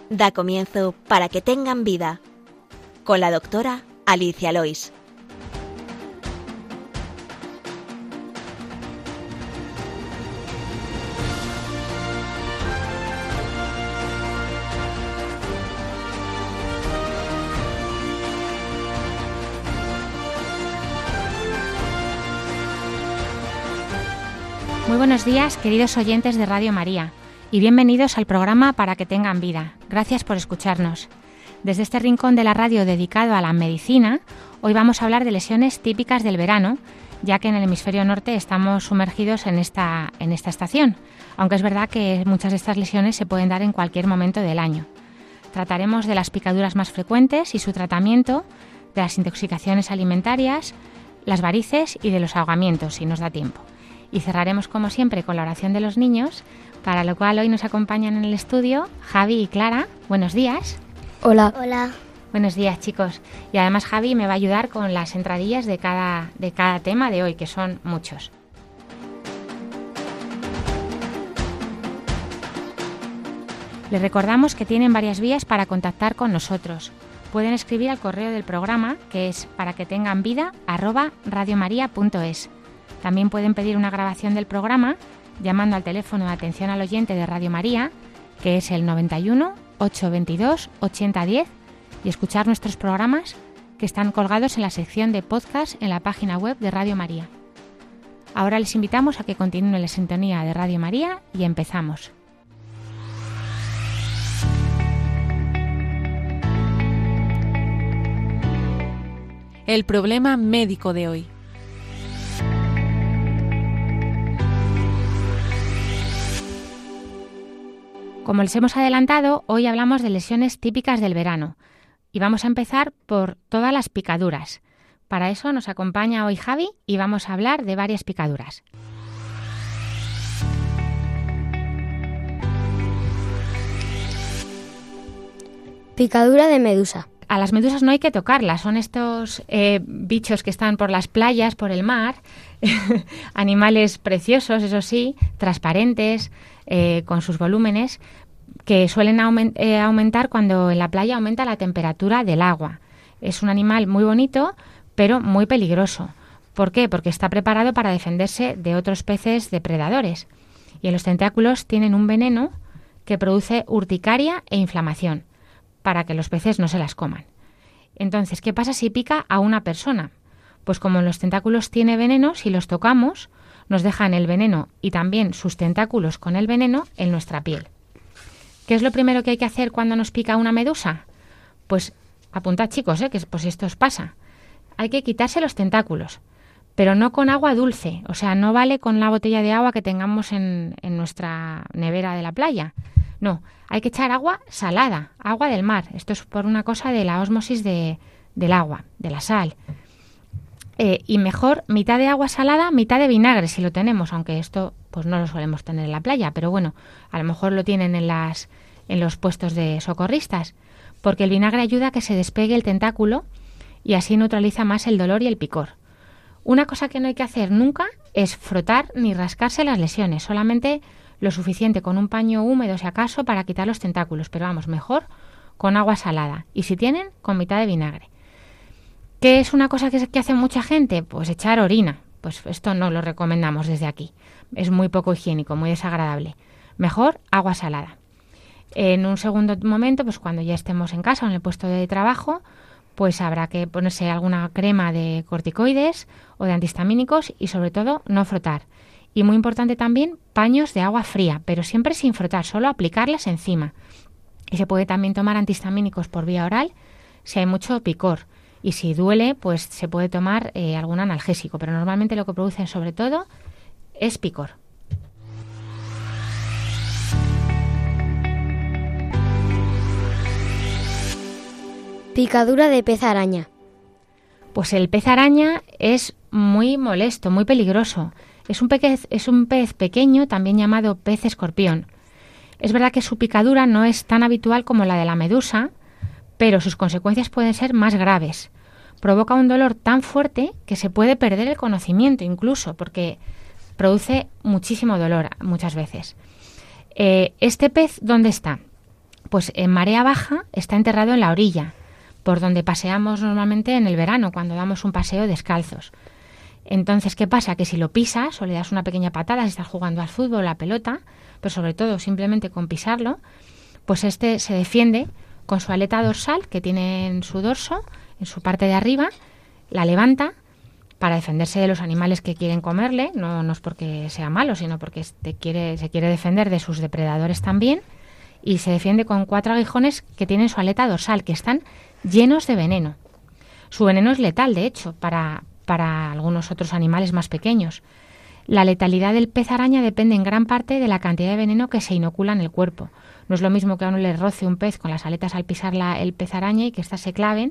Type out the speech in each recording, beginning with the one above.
Da comienzo Para que tengan vida, con la doctora Alicia Lois. Muy buenos días, queridos oyentes de Radio María, y bienvenidos al programa Para que tengan vida. Gracias por escucharnos. Desde este rincón de la radio dedicado a la medicina, hoy vamos a hablar de lesiones típicas del verano, ya que en el hemisferio norte estamos sumergidos en esta estación, aunque es verdad que muchas de estas lesiones se pueden dar en cualquier momento del año. Trataremos de las picaduras más frecuentes y su tratamiento, de las intoxicaciones alimentarias, las varices y de los ahogamientos, si nos da tiempo. Y cerraremos, como siempre, con la oración de los niños, para lo cual hoy nos acompañan en el estudio Javi y Clara. Buenos días. Hola. Hola. Buenos días, chicos. Y además Javi me va a ayudar con las entradillas de cada tema de hoy, que son muchos. Les recordamos que tienen varias vías para contactar con nosotros. Pueden escribir al correo del programa, que es paraquetenganvida@radiomaria.es. También pueden pedir una grabación del programa llamando al teléfono de atención al oyente de Radio María, que es el 91 822 8010, y escuchar nuestros programas que están colgados en la sección de podcast en la página web de Radio María. Ahora les invitamos a que continúen la sintonía de Radio María y empezamos. El problema médico de hoy. Como les hemos adelantado, hoy hablamos de lesiones típicas del verano y vamos a empezar por todas las picaduras. Para eso nos acompaña hoy Javi y vamos a hablar de varias picaduras. Picadura de medusa. A las medusas no hay que tocarlas, son estos bichos que están por las playas, por el mar, animales preciosos, eso sí, transparentes, con sus volúmenes, que suelen aumentar cuando en la playa aumenta la temperatura del agua. Es un animal muy bonito, pero muy peligroso. ¿Por qué? Porque está preparado para defenderse de otros peces depredadores. Y en los tentáculos tienen un veneno que produce urticaria e inflamación, para que los peces no se las coman. Entonces, ¿qué pasa si pica a una persona? Pues como en los tentáculos tiene veneno, si los tocamos, nos dejan el veneno y también sus tentáculos con el veneno en nuestra piel. ¿Qué es lo primero que hay que hacer cuando nos pica una medusa? Pues apuntad, chicos, que pues esto os pasa. Hay que quitarse los tentáculos, pero no con agua dulce, o sea, no vale con la botella de agua que tengamos en nuestra nevera de la playa. No, hay que echar agua salada, agua del mar. Esto es por una cosa de la ósmosis del agua, de la sal. Y mejor mitad de agua salada, mitad de vinagre si lo tenemos, aunque esto pues no lo solemos tener en la playa, pero bueno, a lo mejor lo tienen en los puestos de socorristas, porque el vinagre ayuda a que se despegue el tentáculo y así neutraliza más el dolor y el picor. Una cosa que no hay que hacer nunca es frotar ni rascarse las lesiones, solamente lo suficiente con un paño húmedo si acaso para quitar los tentáculos, pero vamos, mejor con agua salada y si tienen, con mitad de vinagre. ¿Qué es una cosa que hace mucha gente? Pues echar orina. Pues esto no lo recomendamos desde aquí. Es muy poco higiénico, muy desagradable. Mejor agua salada. En un segundo momento, pues cuando ya estemos en casa o en el puesto de trabajo, pues habrá que ponerse alguna crema de corticoides o de antihistamínicos y sobre todo no frotar. Y muy importante también, paños de agua fría, pero siempre sin frotar, solo aplicarlas encima. Y se puede también tomar antihistamínicos por vía oral si hay mucho picor. Y si duele, pues se puede tomar algún analgésico, pero normalmente lo que producen sobre todo es picor. Picadura de pez araña. Pues el pez araña es muy molesto, muy peligroso. Es un pez pequeño, también llamado pez escorpión. Es verdad que su picadura no es tan habitual como la de la medusa, pero sus consecuencias pueden ser más graves. Provoca un dolor tan fuerte que se puede perder el conocimiento incluso, porque produce muchísimo dolor muchas veces. ¿Este pez dónde está? pues en marea baja está enterrado en la orilla, por donde paseamos normalmente en el verano, cuando damos un paseo descalzos. Entonces, ¿qué pasa? Que si lo pisas o le das una pequeña patada, si estás jugando al fútbol o a la pelota, pero sobre todo simplemente con pisarlo, pues este se defiende con su aleta dorsal que tiene en su dorso, en su parte de arriba, la levanta para defenderse de los animales que quieren comerle, no es porque sea malo, sino porque se quiere defender de sus depredadores también, y se defiende con 4 aguijones que tienen su aleta dorsal, que están llenos de veneno. Su veneno es letal, de hecho, para algunos otros animales más pequeños. La letalidad del pez araña depende en gran parte de la cantidad de veneno que se inocula en el cuerpo. No es lo mismo que a uno le roce un pez con las aletas al pisar el pez araña y que éstas se claven,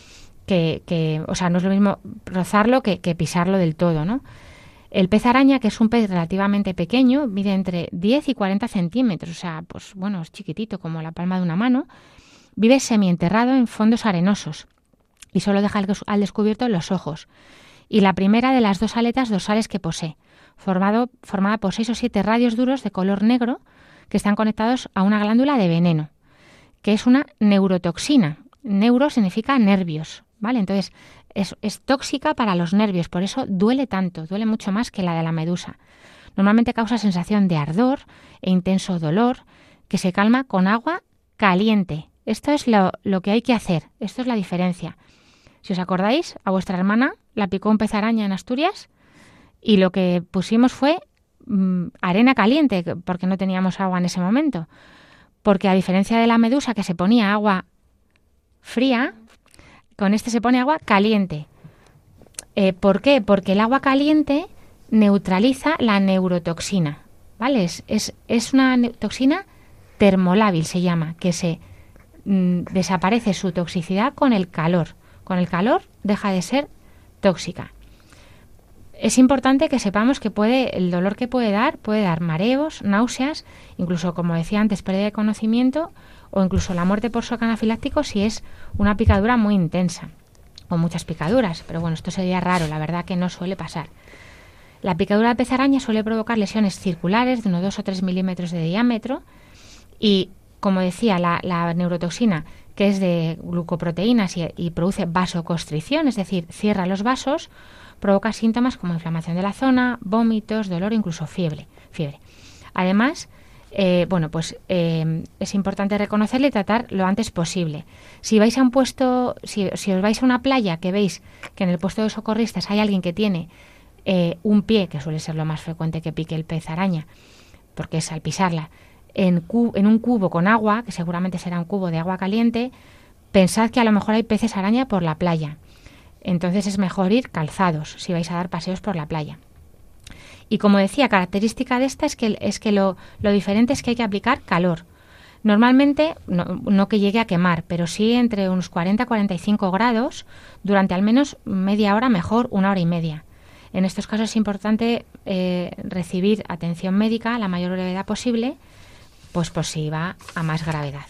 o sea, no es lo mismo rozarlo que pisarlo del todo, ¿no? El pez araña, que es un pez relativamente pequeño, mide entre 10 y 40 centímetros, o sea, pues bueno, es chiquitito, como la palma de una mano, vive semienterrado en fondos arenosos y solo deja al descubierto los ojos y la primera de las 2 aletas dorsales que posee, formada por 6 o 7 radios duros de color negro que están conectados a una glándula de veneno, que es una neurotoxina. Neuro significa nervios, ¿vale? Entonces, es tóxica para los nervios, por eso duele tanto, duele mucho más que la de la medusa. Normalmente causa sensación de ardor e intenso dolor que se calma con agua caliente. Esto es lo que hay que hacer, esto es la diferencia. Si os acordáis, a vuestra hermana la picó un pez araña en Asturias y lo que pusimos fue arena caliente, porque no teníamos agua en ese momento. Porque a diferencia de la medusa, que se ponía agua fría, con este se pone agua caliente. ¿Por qué? Porque el agua caliente neutraliza la neurotoxina, ¿vale? Es una toxina termolábil, se llama, que desaparece su toxicidad con el calor. Con el calor deja de ser tóxica. Es importante que sepamos que el dolor que puede dar mareos, náuseas, incluso, como decía antes, pérdida de conocimiento o incluso la muerte por shock anafiláctico si es una picadura muy intensa o muchas picaduras. Pero bueno, esto sería raro, la verdad que no suele pasar. La picadura de pez araña suele provocar lesiones circulares de unos 2 o 3 milímetros de diámetro y, como decía, la neurotoxina, que es de glucoproteínas y produce vasoconstricción, es decir, cierra los vasos, provoca síntomas como inflamación de la zona, vómitos, dolor e incluso fiebre. Además, es importante reconocerle y tratar lo antes posible. Si vais a un puesto, si os vais a una playa que veis que en el puesto de socorristas hay alguien que tiene un pie, que suele ser lo más frecuente que pique el pez araña, porque es al pisarla, en un cubo con agua, que seguramente será un cubo de agua caliente, pensad que a lo mejor hay peces araña por la playa. Entonces es mejor ir calzados si vais a dar paseos por la playa. Y como decía, característica de esta es que lo diferente es que hay que aplicar calor. Normalmente, no que llegue a quemar, pero sí entre unos 40 a 45 grados durante al menos media hora, mejor 1 hora y media. En estos casos es importante recibir atención médica a la mayor brevedad posible, pues por si va a más gravedad.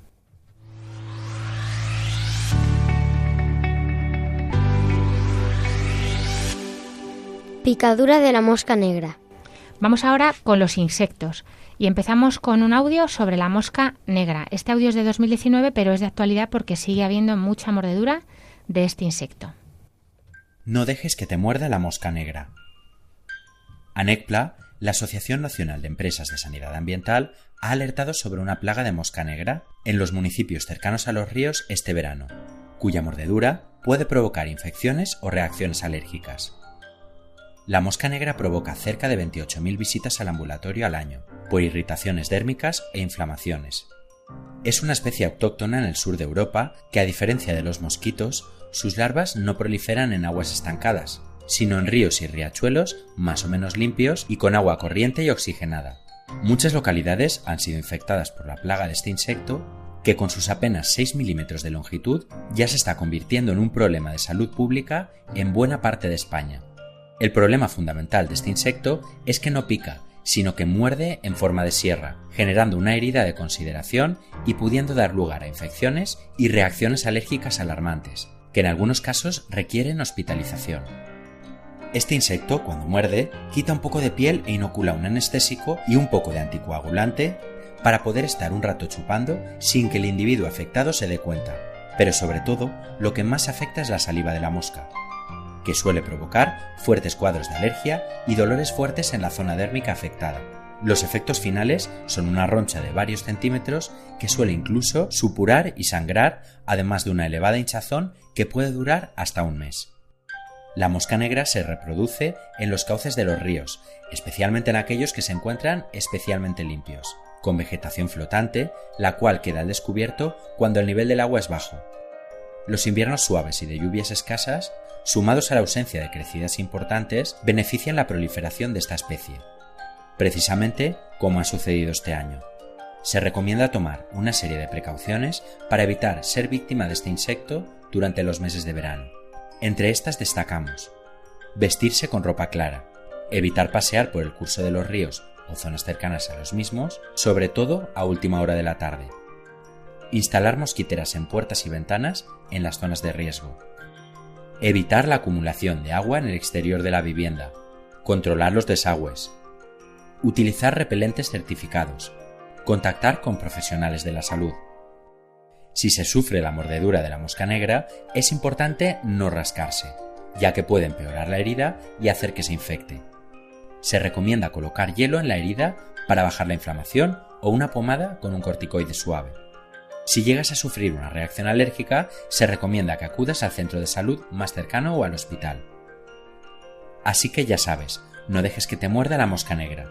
Picadura de la mosca negra. Vamos ahora con los insectos y empezamos con un audio sobre la mosca negra. Este audio es de 2019, pero es de actualidad porque sigue habiendo mucha mordedura de este insecto. No dejes que te muerda la mosca negra. ANECPLA, la Asociación Nacional de Empresas de Sanidad Ambiental, ha alertado sobre una plaga de mosca negra en los municipios cercanos a los ríos este verano, cuya mordedura puede provocar infecciones o reacciones alérgicas. La mosca negra provoca cerca de 28.000 visitas al ambulatorio al año, por irritaciones dérmicas e inflamaciones. Es una especie autóctona en el sur de Europa que, a diferencia de los mosquitos, sus larvas no proliferan en aguas estancadas, sino en ríos y riachuelos más o menos limpios y con agua corriente y oxigenada. Muchas localidades han sido infectadas por la plaga de este insecto, que con sus apenas 6 milímetros de longitud ya se está convirtiendo en un problema de salud pública en buena parte de España. El problema fundamental de este insecto es que no pica, sino que muerde en forma de sierra, generando una herida de consideración y pudiendo dar lugar a infecciones y reacciones alérgicas alarmantes, que en algunos casos requieren hospitalización. Este insecto, cuando muerde, quita un poco de piel e inocula un anestésico y un poco de anticoagulante para poder estar un rato chupando sin que el individuo afectado se dé cuenta. Pero sobre todo, lo que más afecta es la saliva de la mosca, que suele provocar fuertes cuadros de alergia y dolores fuertes en la zona dérmica afectada. Los efectos finales son una roncha de varios centímetros que suele incluso supurar y sangrar, además de una elevada hinchazón que puede durar hasta un mes. La mosca negra se reproduce en los cauces de los ríos, especialmente en aquellos que se encuentran especialmente limpios, con vegetación flotante, la cual queda al descubierto cuando el nivel del agua es bajo. Los inviernos suaves y de lluvias escasas, sumados a la ausencia de crecidas importantes, benefician la proliferación de esta especie. Precisamente como ha sucedido este año. Se recomienda tomar una serie de precauciones para evitar ser víctima de este insecto durante los meses de verano. Entre estas destacamos: vestirse con ropa clara, evitar pasear por el curso de los ríos o zonas cercanas a los mismos, sobre todo a última hora de la tarde. Instalar mosquiteras en puertas y ventanas en las zonas de riesgo. Evitar la acumulación de agua en el exterior de la vivienda. Controlar los desagües. Utilizar repelentes certificados. Contactar con profesionales de la salud. Si se sufre la mordedura de la mosca negra, es importante no rascarse, ya que puede empeorar la herida y hacer que se infecte. Se recomienda colocar hielo en la herida para bajar la inflamación o una pomada con un corticoide suave. Si llegas a sufrir una reacción alérgica, se recomienda que acudas al centro de salud más cercano o al hospital. Así que ya sabes, no dejes que te muerda la mosca negra.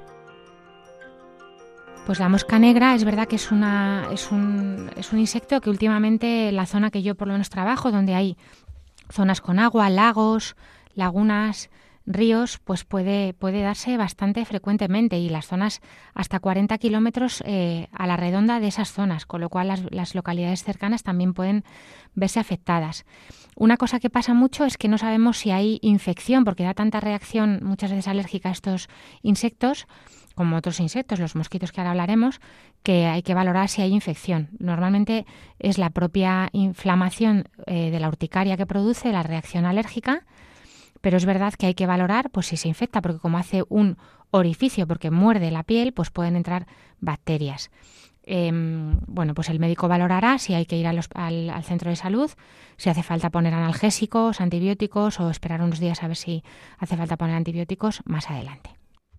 Pues la mosca negra es verdad que es un insecto que últimamente en la zona que yo por lo menos trabajo, donde hay zonas con agua, lagos, lagunas, ríos, pues puede darse bastante frecuentemente, y las zonas hasta 40 kilómetros a la redonda de esas zonas, con lo cual las localidades cercanas también pueden verse afectadas. Una cosa que pasa mucho es que no sabemos si hay infección, porque da tanta reacción muchas veces alérgica a estos insectos, como otros insectos, los mosquitos que ahora hablaremos, que hay que valorar si hay infección. Normalmente es la propia inflamación de la urticaria que produce la reacción alérgica, pero es verdad que hay que valorar pues si se infecta, porque como hace un orificio, porque muerde la piel, pues pueden entrar bacterias. Pues el médico valorará si hay que ir al centro de salud, si hace falta poner analgésicos, antibióticos, o esperar unos días a ver si hace falta poner antibióticos más adelante.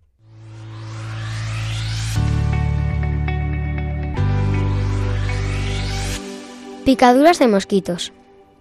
Picaduras de mosquitos.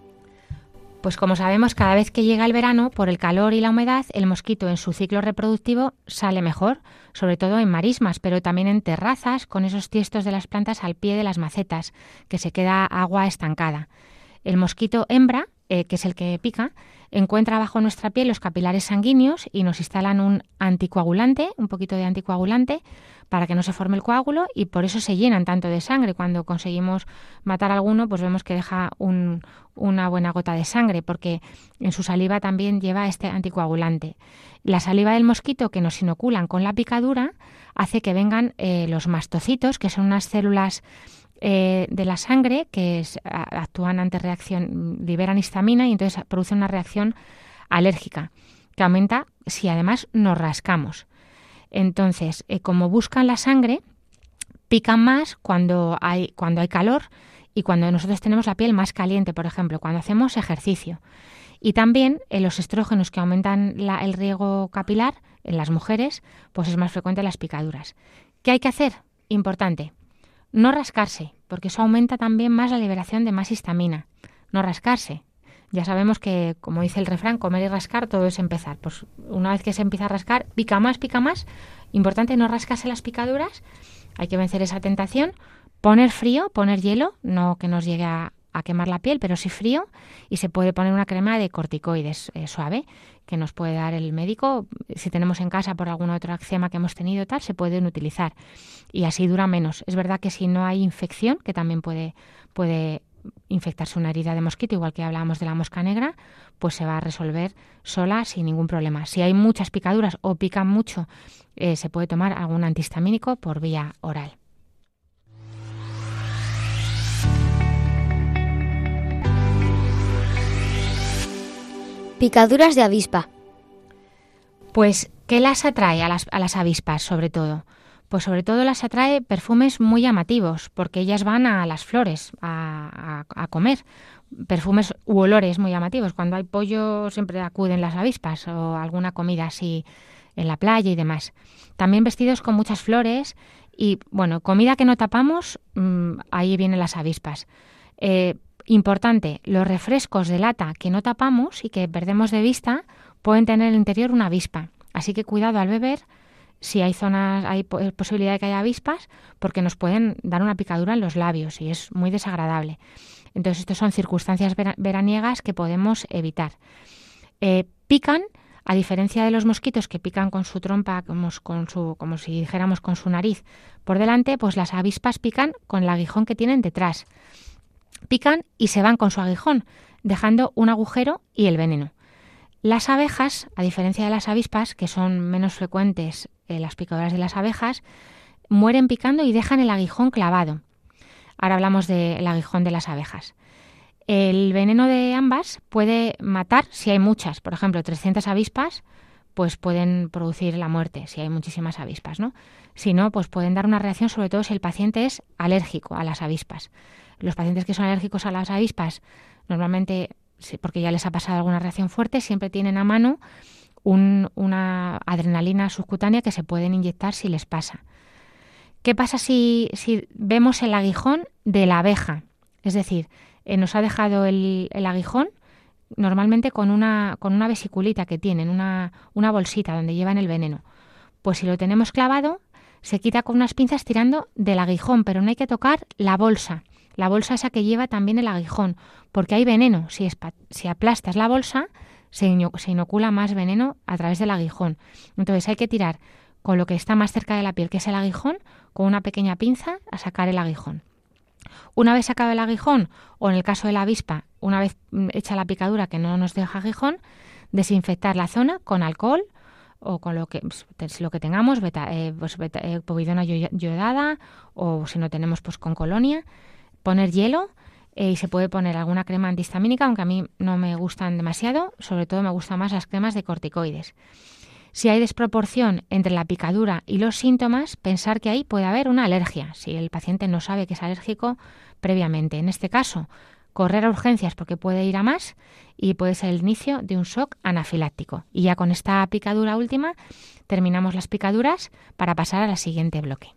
Pues como sabemos, cada vez que llega el verano, por el calor y la humedad, el mosquito en su ciclo reproductivo sale mejor, sobre todo en marismas, pero también en terrazas, con esos tiestos de las plantas al pie de las macetas, que se queda agua estancada. El mosquito hembra, que es el que pica, encuentra bajo nuestra piel los capilares sanguíneos y nos instalan un anticoagulante, un poquito de anticoagulante, para que no se forme el coágulo, y por eso se llenan tanto de sangre. Cuando conseguimos matar a alguno, pues vemos que deja una buena gota de sangre, porque en su saliva también lleva este anticoagulante. La saliva del mosquito que nos inoculan con la picadura hace que vengan los mastocitos, que son unas células de la sangre que actúan ante reacción, liberan histamina y entonces producen una reacción alérgica que aumenta si además nos rascamos. Entonces, como buscan la sangre, pican más cuando hay calor y cuando nosotros tenemos la piel más caliente, por ejemplo, cuando hacemos ejercicio. Y también los estrógenos que aumentan el riego capilar en las mujeres, pues es más frecuente las picaduras. ¿Qué hay que hacer? Importante. No rascarse, porque eso aumenta también más la liberación de más histamina. No rascarse. Ya sabemos que, como dice el refrán, comer y rascar todo es empezar. Pues una vez que se empieza a rascar, pica más. Importante no rascarse las picaduras. Hay que vencer esa tentación. Poner frío, poner hielo, no que nos llegue a quemar la piel, pero sí frío. Y se puede poner una crema de corticoides suave, que nos puede dar el médico. Si tenemos en casa por alguna otra eczema que hemos tenido, se pueden utilizar. Y así dura menos. Es verdad que si no hay infección, que también puede infectarse una herida de mosquito, igual que hablábamos de la mosca negra, pues se va a resolver sola sin ningún problema. Si hay muchas picaduras o pican mucho, se puede tomar algún antihistamínico por vía oral. Picaduras de avispa. Pues, ¿qué las atrae a las avispas, sobre todo? Pues sobre todo las atrae perfumes muy llamativos, porque ellas van a las flores a comer. Perfumes u olores muy llamativos. Cuando hay pollo siempre acuden las avispas o alguna comida así en la playa y demás. También vestidos con muchas flores y, bueno, comida que no tapamos, ahí vienen las avispas. Importante, los refrescos de lata que no tapamos y que perdemos de vista pueden tener en el interior una avispa. Así que cuidado al beber si hay posibilidad de que haya avispas, porque nos pueden dar una picadura en los labios y es muy desagradable. Entonces, estas son circunstancias veraniegas que podemos evitar. Pican, a diferencia de los mosquitos que pican con su trompa, como si dijéramos con su nariz por delante, pues las avispas pican con el aguijón que tienen detrás. Pican y se van con su aguijón, dejando un agujero y el veneno. Las abejas, a diferencia de las avispas, que son menos frecuentes las picaduras de las abejas, mueren picando y dejan el aguijón clavado. Ahora hablamos del aguijón de las abejas. El veneno de ambas puede matar si hay muchas. Por ejemplo, 300 avispas pues pueden producir la muerte si hay muchísimas avispas, ¿no? Si no, pues pueden dar una reacción, sobre todo si el paciente es alérgico a las avispas. Los pacientes que son alérgicos a las avispas, normalmente, porque ya les ha pasado alguna reacción fuerte, siempre tienen a mano una adrenalina subcutánea que se pueden inyectar si les pasa. ¿Qué pasa si vemos el aguijón de la abeja? Es decir, nos ha dejado el aguijón normalmente con una vesiculita que tienen, una bolsita donde llevan el veneno. Pues si lo tenemos clavado, se quita con unas pinzas tirando del aguijón, pero no hay que tocar la bolsa esa que lleva también el aguijón, porque hay veneno. Si aplastas la bolsa, se inocula más veneno a través del aguijón. Entonces hay que tirar con lo que está más cerca de la piel, que es el aguijón, con una pequeña pinza a sacar el aguijón. Una vez sacado el aguijón, o en el caso de la avispa, una vez hecha la picadura que no nos deja aguijón, desinfectar la zona con alcohol o con lo que tengamos, povidona yodada, o si no tenemos, pues con colonia, poner hielo. Y se puede poner alguna crema antihistamínica, aunque a mí no me gustan demasiado, sobre todo me gustan más las cremas de corticoides. Si hay desproporción entre la picadura y los síntomas, pensar que ahí puede haber una alergia, si el paciente no sabe que es alérgico previamente. En este caso, correr a urgencias porque puede ir a más y puede ser el inicio de un shock anafiláctico. Y ya con esta picadura última terminamos las picaduras para pasar al siguiente bloque.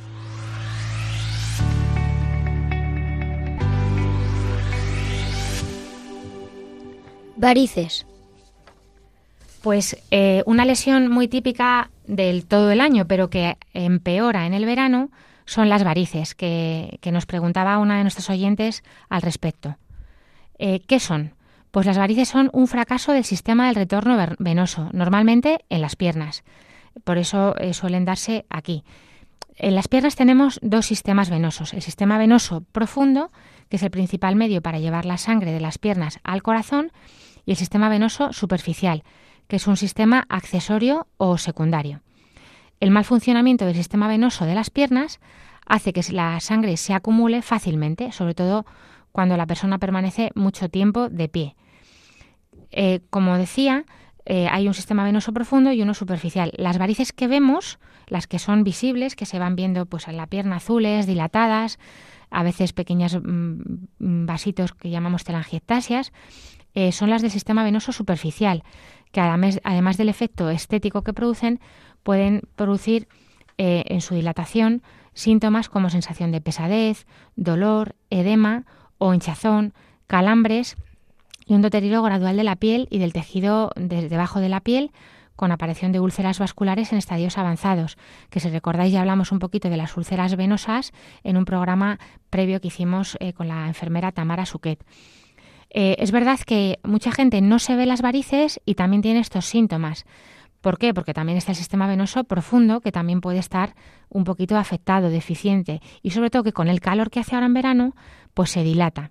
Varices. Pues una lesión muy típica del todo el año, pero que empeora en el verano, son las varices, que nos preguntaba una de nuestros oyentes al respecto. ¿Qué son? Pues las varices son un fracaso del sistema del retorno venoso, normalmente en las piernas. Por eso suelen darse aquí. En las piernas tenemos dos sistemas venosos. El sistema venoso profundo, que es el principal medio para llevar la sangre de las piernas al corazón, y el sistema venoso superficial, que es un sistema accesorio o secundario. El mal funcionamiento del sistema venoso de las piernas hace que la sangre se acumule fácilmente, sobre todo cuando la persona permanece mucho tiempo de pie. Como decía, hay un sistema venoso profundo y uno superficial. Las varices que vemos, las que son visibles, que se van viendo pues en la pierna azules, dilatadas, a veces pequeños vasitos que llamamos telangiectasias, son las del sistema venoso superficial, que además del efecto estético que producen, pueden producir en su dilatación síntomas como sensación de pesadez, dolor, edema o hinchazón, calambres y un deterioro gradual de la piel y del tejido debajo de la piel, con aparición de úlceras vasculares en estadios avanzados, que si recordáis ya hablamos un poquito de las úlceras venosas en un programa previo que hicimos con la enfermera Tamara Suquet. Es verdad que mucha gente no se ve las varices y también tiene estos síntomas. ¿Por qué? Porque también está el sistema venoso profundo, que también puede estar un poquito afectado, deficiente, y sobre todo que con el calor que hace ahora en verano, pues se dilata.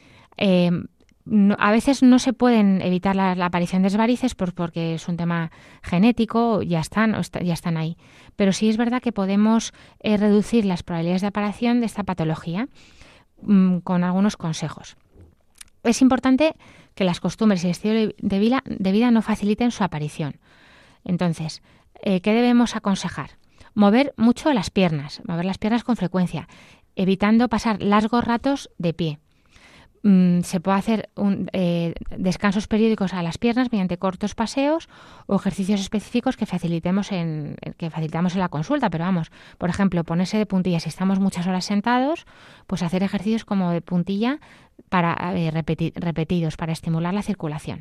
A veces no se pueden evitar la aparición de varices porque es un tema genético, ya están ahí. Pero sí es verdad que podemos reducir las probabilidades de aparición de esta patología con algunos consejos. Es importante que las costumbres y el estilo de vida no faciliten su aparición. Entonces, ¿qué debemos aconsejar? Mover mucho las piernas, mover las piernas con frecuencia, evitando pasar largos ratos de pie. Se puede hacer descansos periódicos a las piernas mediante cortos paseos o ejercicios específicos que facilitamos en la consulta. Pero vamos, por ejemplo, ponerse de puntillas si estamos muchas horas sentados, pues hacer ejercicios como de puntilla para repetidos para estimular la circulación.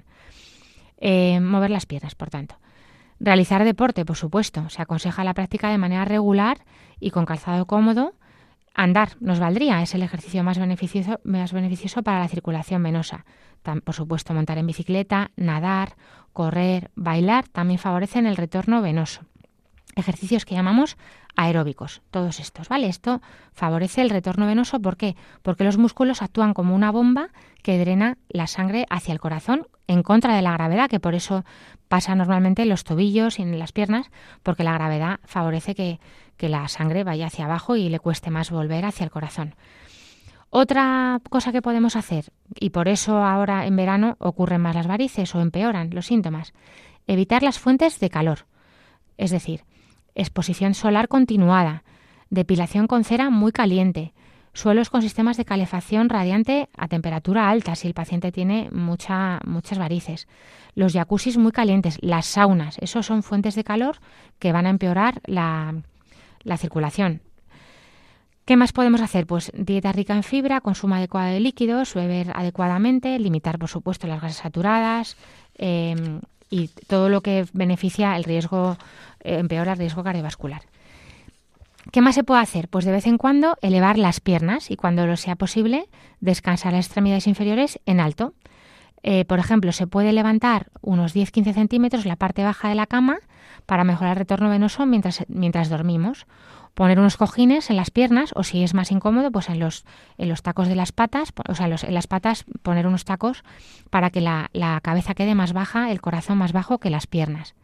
Mover las piernas, por tanto. Realizar deporte, por supuesto. Se aconseja la práctica de manera regular y con calzado cómodo. Andar nos valdría, es el ejercicio más beneficioso para la circulación venosa. Por supuesto, montar en bicicleta, nadar, correr, bailar también favorecen el retorno venoso. Ejercicios que llamamos aeróbicos, todos estos, ¿vale? Esto favorece el retorno venoso, ¿por qué? Porque los músculos actúan como una bomba que drena la sangre hacia el corazón en contra de la gravedad, que por eso pasa normalmente en los tobillos y en las piernas, porque la gravedad favorece que la sangre vaya hacia abajo y le cueste más volver hacia el corazón. Otra cosa que podemos hacer, y por eso ahora en verano ocurren más las varices o empeoran los síntomas, evitar las fuentes de calor, es decir, exposición solar continuada, depilación con cera muy caliente, suelos con sistemas de calefacción radiante a temperatura alta si el paciente tiene muchas varices, los jacuzzis muy calientes, las saunas, esos son fuentes de calor que van a empeorar la circulación. ¿Qué más podemos hacer? Pues dieta rica en fibra, consumo adecuado de líquidos, beber adecuadamente, limitar, por supuesto, las grasas saturadas y todo lo que beneficia empeora el riesgo cardiovascular. ¿Qué más se puede hacer? Pues de vez en cuando elevar las piernas y cuando lo sea posible descansar las extremidades inferiores en alto. Por ejemplo, se puede levantar unos 10-15 centímetros la parte baja de la cama para mejorar el retorno venoso mientras dormimos. Poner unos cojines en las piernas o si es más incómodo, pues en los tacos de las patas, en las patas poner unos tacos para que la cabeza quede más baja, el corazón más bajo que las piernas.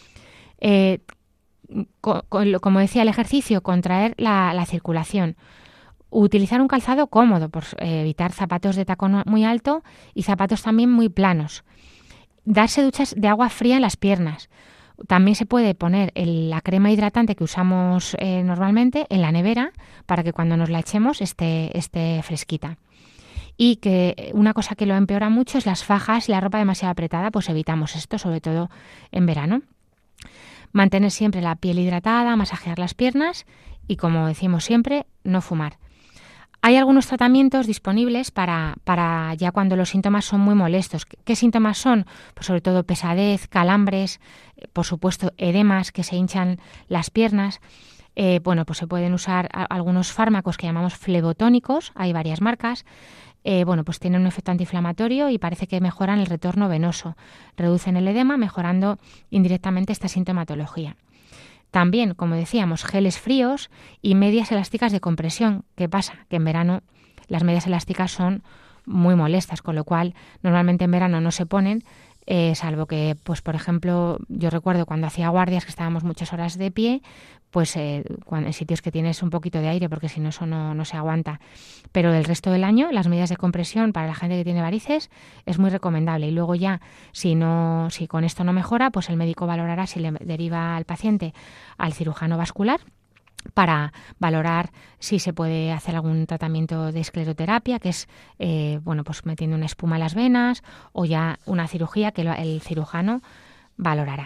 Como decía, el ejercicio, contraer la circulación. Utilizar un calzado cómodo, por evitar zapatos de tacón muy alto y zapatos también muy planos. Darse duchas de agua fría en las piernas. También se puede poner la crema hidratante que usamos normalmente en la nevera para que cuando nos la echemos esté fresquita. Y que una cosa que lo empeora mucho es las fajas y la ropa demasiado apretada, pues evitamos esto, sobre todo en verano. Mantener siempre la piel hidratada, masajear las piernas y, como decimos siempre, no fumar. Hay algunos tratamientos disponibles para ya cuando los síntomas son muy molestos. ¿Qué síntomas son? Pues sobre todo pesadez, calambres, por supuesto edemas que se hinchan las piernas. Pues se pueden usar algunos fármacos que llamamos flebotónicos, hay varias marcas. Pues tienen un efecto antiinflamatorio y parece que mejoran el retorno venoso. Reducen el edema, mejorando indirectamente esta sintomatología. También, como decíamos, geles fríos y medias elásticas de compresión. ¿Qué pasa? Que en verano las medias elásticas son muy molestas, con lo cual normalmente en verano no se ponen, salvo que, pues por ejemplo, yo recuerdo cuando hacía guardias que estábamos muchas horas de pie, pues en sitios que tienes un poquito de aire, porque si no eso no se aguanta. Pero el resto del año, las medidas de compresión para la gente que tiene varices es muy recomendable. Y luego ya, si con esto no mejora, pues el médico valorará si le deriva al paciente al cirujano vascular para valorar si se puede hacer algún tratamiento de escleroterapia, que es pues metiendo una espuma en las venas, o ya una cirugía que el cirujano valorará.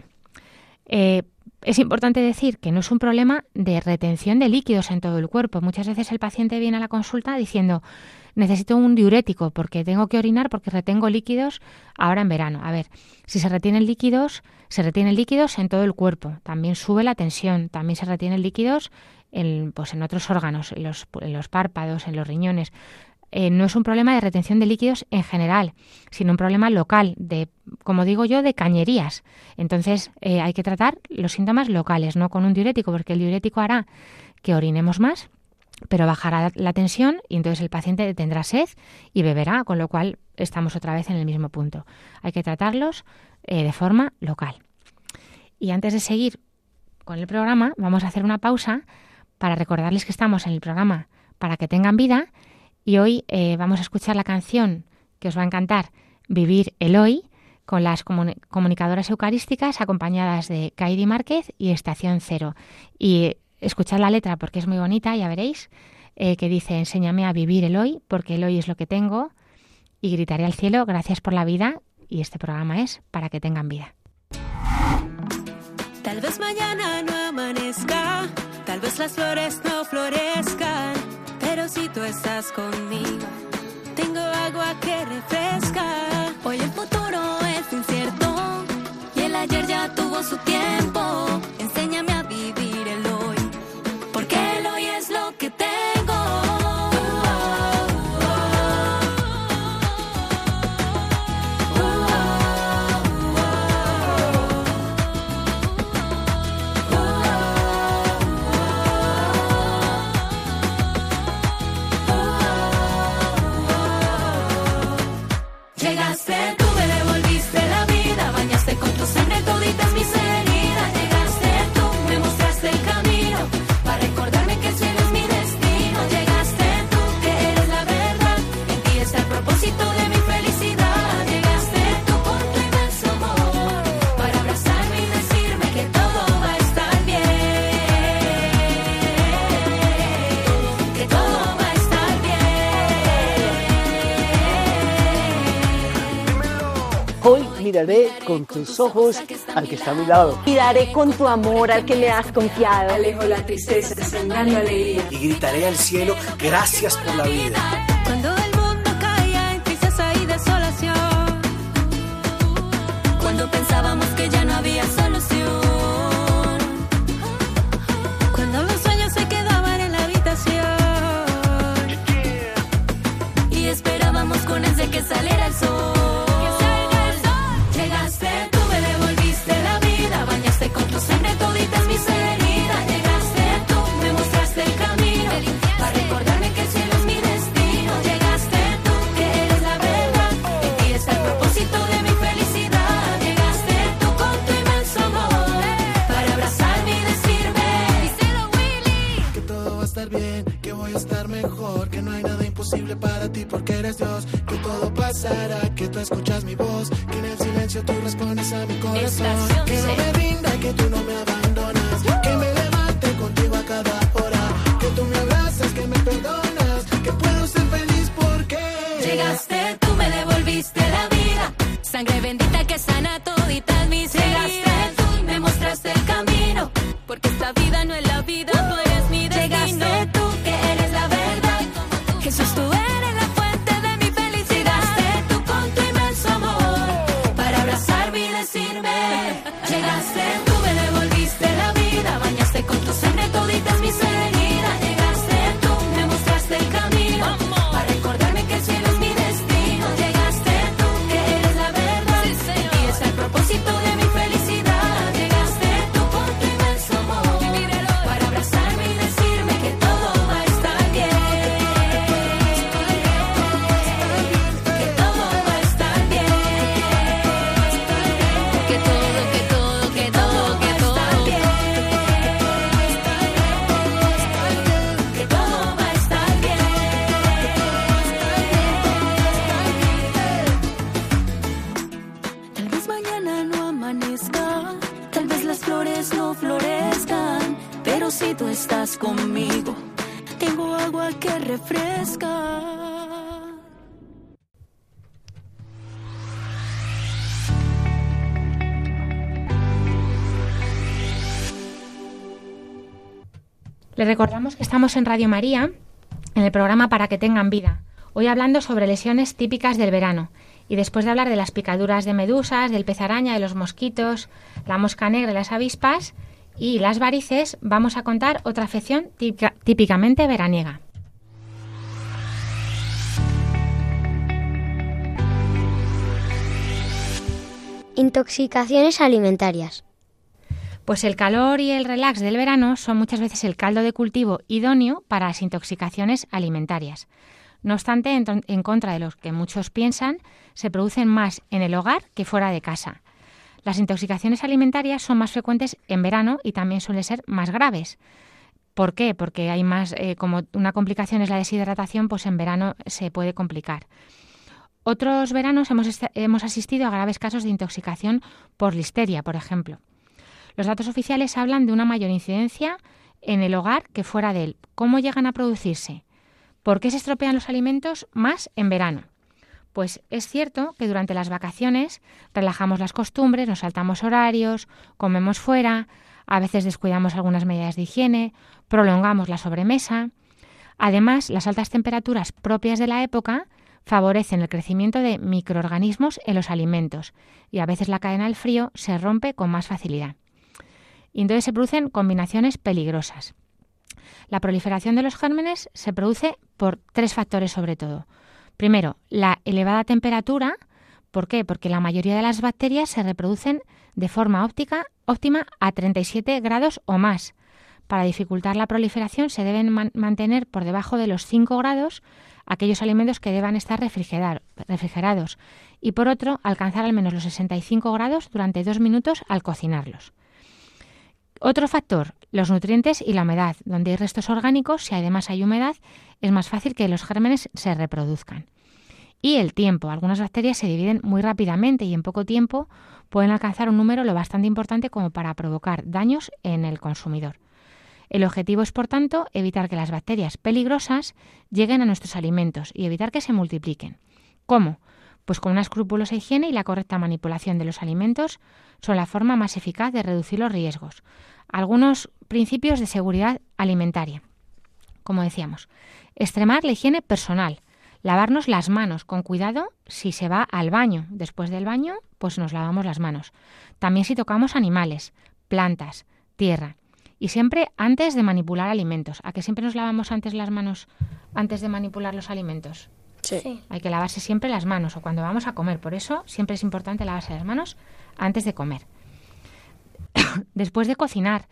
Es importante decir que no es un problema de retención de líquidos en todo el cuerpo. Muchas veces el paciente viene a la consulta diciendo: necesito un diurético porque tengo que orinar porque retengo líquidos ahora en verano. A ver, si se retienen líquidos en todo el cuerpo. También sube la tensión, también se retienen líquidos en otros órganos, en los párpados, en los riñones. No es un problema de retención de líquidos en general, sino un problema local, como digo yo, de cañerías. Entonces hay que tratar los síntomas locales, no con un diurético, porque el diurético hará que orinemos más, pero bajará la tensión y entonces el paciente tendrá sed y beberá, con lo cual estamos otra vez en el mismo punto. Hay que tratarlos de forma local. Y antes de seguir con el programa, vamos a hacer una pausa para recordarles que estamos en el programa Para que tengan vida. Y hoy vamos a escuchar la canción que os va a encantar, Vivir el Hoy, con las comunicadoras eucarísticas acompañadas de Kairi Márquez y Estación Cero. Y escuchad la letra porque es muy bonita, ya veréis, que dice: enséñame a vivir el hoy, porque el hoy es lo que tengo, y gritaré al cielo, gracias por la vida, y este programa es para que tengan vida. Tal vez mañana no amanezca, tal vez las flores no florezcan, pero si tú estás conmigo, tengo agua que refresca. Hoy el futuro es incierto y el ayer ya tuvo su tiempo. Enséñame a vivir el hoy, porque el hoy es lo que tengo. Llegaste, tú me devolviste la vida, bañaste con tu sangre toditas mis heridas. Llegaste, tú me mostraste el camino, para recordarme que el cielo es mi destino. Llegaste tú, que eres la verdad, en ti está el propósito de mi felicidad. Llegaste tú con tu inmenso amor, para abrazarme y decirme que todo va a estar bien, que todo va a estar bien. Hoy miraré con tus ojos al que está a mi lado. Miraré con tu amor al que me has confiado. Alejo la tristeza, sembrando alegría. Y gritaré al cielo, gracias por la vida. Cuando el mundo caía en tristeza y desolación, cuando pensábamos que ya no había solución, cuando los sueños se quedaban en la habitación y esperábamos con ansia que saliera el sol. Llegaste, tú me devolviste la vida, bañaste con tu sangre toditas mis heridas. Llegaste, tú me mostraste el camino, para recordarme que el cielo es mi destino. Llegaste tú, que eres la verdad, en ti está el propósito de mi felicidad. Llegaste tú con tu inmenso amor, para abrazarme y decirme: díselo, Willy, que todo va a estar bien, que voy a estar mejor, que no hay nada imposible para ti porque eres Dios, que todo pasará, que tú escuchas mi voz, que en el silencio tú respondes a mi corazón, que no me rinda, que tú no me abandonas, que me levante contigo a cada hora, que tú me abrazas, que me perdonas, que puedo ser feliz porque llegaste, tú me devolviste la vida, sangre bendita que sana toditas mis heridas. Llegaste, tú me mostraste el camino, porque esta vida no es la vida, tú eres mi destino. Llegaste tú, que eres la verdad, Jesús, tú eres la fuente de mi felicidad. Llegaste tú con tu inmenso amor, para abrazarme y decirme: llegaste, tú me devolviste la vida, bañaste con tu sangre toditas mis heridas. Llegaste tú, me mostraste el camino, para recordarme que el cielo es mi destino. Llegaste tú, que eres la verdad, en ti está el propósito de mi felicidad. Llegaste tú con tu inmenso amor, para abrazarme y decirme que todo va a estar bien, que todo va a estar bien, que todo va a estar bien, que todo va a estar bien. Tal vez mañana no amanezca, tal vez las flores no florezcan, pero si tú estás conmigo, tengo agua que refresca. Les recordamos que estamos en Radio María, en el programa Para que tengan vida, hoy hablando sobre lesiones típicas del verano. Y después de hablar de las picaduras de medusas, del pez araña, de los mosquitos, la mosca negra y las avispas y las varices, vamos a contar otra afección típicamente veraniega. Intoxicaciones alimentarias. Pues el calor y el relax del verano son muchas veces el caldo de cultivo idóneo para las intoxicaciones alimentarias. No obstante, en contra de lo que muchos piensan, se producen más en el hogar que fuera de casa. Las intoxicaciones alimentarias son más frecuentes en verano y también suelen ser más graves. ¿Por qué? Porque hay más, como una complicación es la deshidratación, pues en verano se puede complicar. Otros veranos hemos asistido a graves casos de intoxicación por listeria, por ejemplo. Los datos oficiales hablan de una mayor incidencia en el hogar que fuera de él. ¿Cómo llegan a producirse? ¿Por qué se estropean los alimentos más en verano? Pues es cierto que durante las vacaciones relajamos las costumbres, nos saltamos horarios, comemos fuera, a veces descuidamos algunas medidas de higiene, prolongamos la sobremesa. Además, las altas temperaturas propias de la época favorecen el crecimiento de microorganismos en los alimentos y a veces la cadena del frío se rompe con más facilidad. Y entonces se producen combinaciones peligrosas. La proliferación de los gérmenes se produce por 3 factores sobre todo. Primero, la elevada temperatura. ¿Por qué? Porque la mayoría de las bacterias se reproducen de forma óptima a 37 grados o más. Para dificultar la proliferación se deben mantener por debajo de los 5 grados aquellos alimentos que deban estar refrigerados y por otro alcanzar al menos los 65 grados durante 2 minutos al cocinarlos. Otro factor, los nutrientes y la humedad. Donde hay restos orgánicos, si además hay humedad, es más fácil que los gérmenes se reproduzcan. Y el tiempo. Algunas bacterias se dividen muy rápidamente y en poco tiempo pueden alcanzar un número lo bastante importante como para provocar daños en el consumidor. El objetivo es, por tanto, evitar que las bacterias peligrosas lleguen a nuestros alimentos y evitar que se multipliquen. ¿Cómo? Pues con una escrupulosa higiene y la correcta manipulación de los alimentos son la forma más eficaz de reducir los riesgos. Algunos principios de seguridad alimentaria. Como decíamos, extremar la higiene personal. Lavarnos las manos con cuidado si se va al baño. Después del baño, pues nos lavamos las manos. También si tocamos animales, plantas, tierra. Y siempre antes de manipular alimentos. ¿A que siempre nos lavamos antes las manos antes de manipular los alimentos? Sí. Hay que lavarse siempre las manos o cuando vamos a comer. Por eso siempre es importante lavarse las manos antes de comer. Después de cocinar,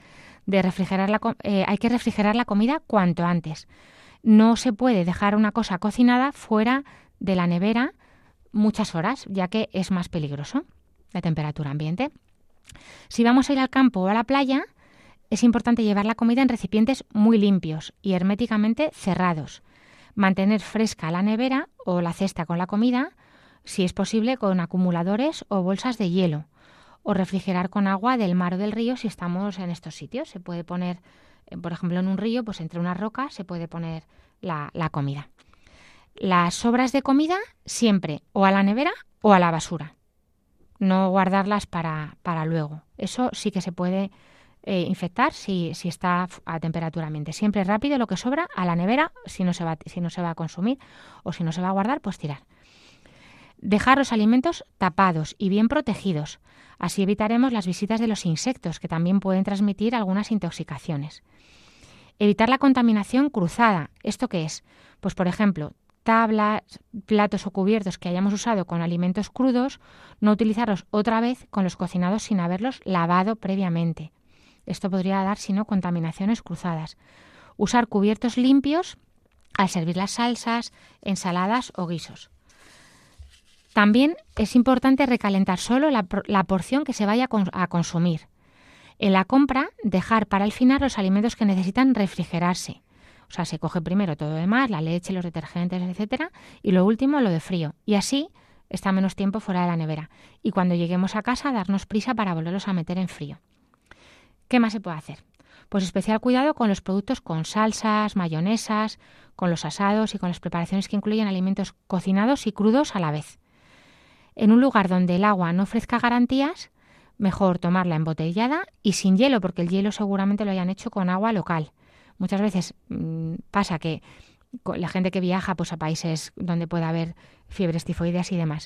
hay que refrigerar la comida cuanto antes. No se puede dejar una cosa cocinada fuera de la nevera muchas horas, ya que es más peligroso la temperatura ambiente. Si vamos a ir al campo o a la playa, es importante llevar la comida en recipientes muy limpios y herméticamente cerrados. Mantener fresca la nevera o la cesta con la comida, si es posible con acumuladores o bolsas de hielo, o refrigerar con agua del mar o del río si estamos en estos sitios. Se puede poner, por ejemplo, en un río, pues entre unas rocas se puede poner la comida. Las sobras de comida siempre o a la nevera o a la basura. No guardarlas para luego. Eso sí que se puede infectar si está a temperatura ambiente. Siempre rápido lo que sobra a la nevera si no se va a consumir o si no se va a guardar, pues tirar. Dejar los alimentos tapados y bien protegidos. Así evitaremos las visitas de los insectos que también pueden transmitir algunas intoxicaciones. Evitar la contaminación cruzada. ¿Esto qué es? Pues por ejemplo, tablas, platos o cubiertos que hayamos usado con alimentos crudos, no utilizarlos otra vez con los cocinados sin haberlos lavado previamente. Esto podría dar, si no, contaminaciones cruzadas. Usar cubiertos limpios al servir las salsas, ensaladas o guisos. También es importante recalentar solo la porción que se vaya a consumir. En la compra, dejar para el final los alimentos que necesitan refrigerarse. O sea, se coge primero todo lo demás, la leche, los detergentes, etcétera, y lo último lo de frío. Y así está menos tiempo fuera de la nevera. Y cuando lleguemos a casa, darnos prisa para volverlos a meter en frío. ¿Qué más se puede hacer? Pues especial cuidado con los productos con salsas, mayonesas, con los asados y con las preparaciones que incluyen alimentos cocinados y crudos a la vez. En un lugar donde el agua no ofrezca garantías, mejor tomarla embotellada y sin hielo, porque el hielo seguramente lo hayan hecho con agua local. Muchas veces pasa que la gente que viaja pues, a países donde pueda haber fiebres tifoideas y demás,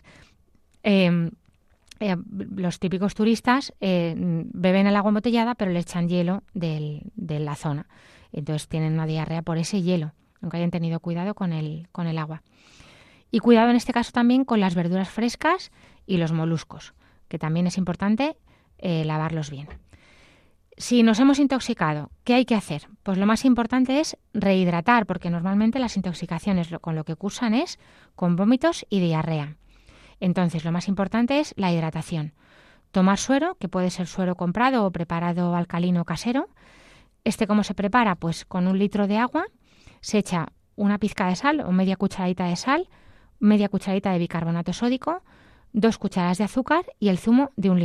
los típicos turistas beben el agua embotellada pero le echan hielo de la zona. Entonces tienen una diarrea por ese hielo, aunque hayan tenido cuidado con el agua. Y cuidado en este caso también con las verduras frescas y los moluscos, que también es importante lavarlos bien. Si nos hemos intoxicado, ¿qué hay que hacer? Pues lo más importante es rehidratar, porque normalmente las intoxicaciones con lo que cursan es con vómitos y diarrea. Entonces, lo más importante es la hidratación. Tomar suero, que puede ser suero comprado o preparado alcalino casero. ¿Cómo se prepara? Pues con 1 litro de agua se echa una pizca de sal o media cucharadita de sal, media cucharadita de bicarbonato sódico, 2 cucharadas de azúcar y el zumo de un limón.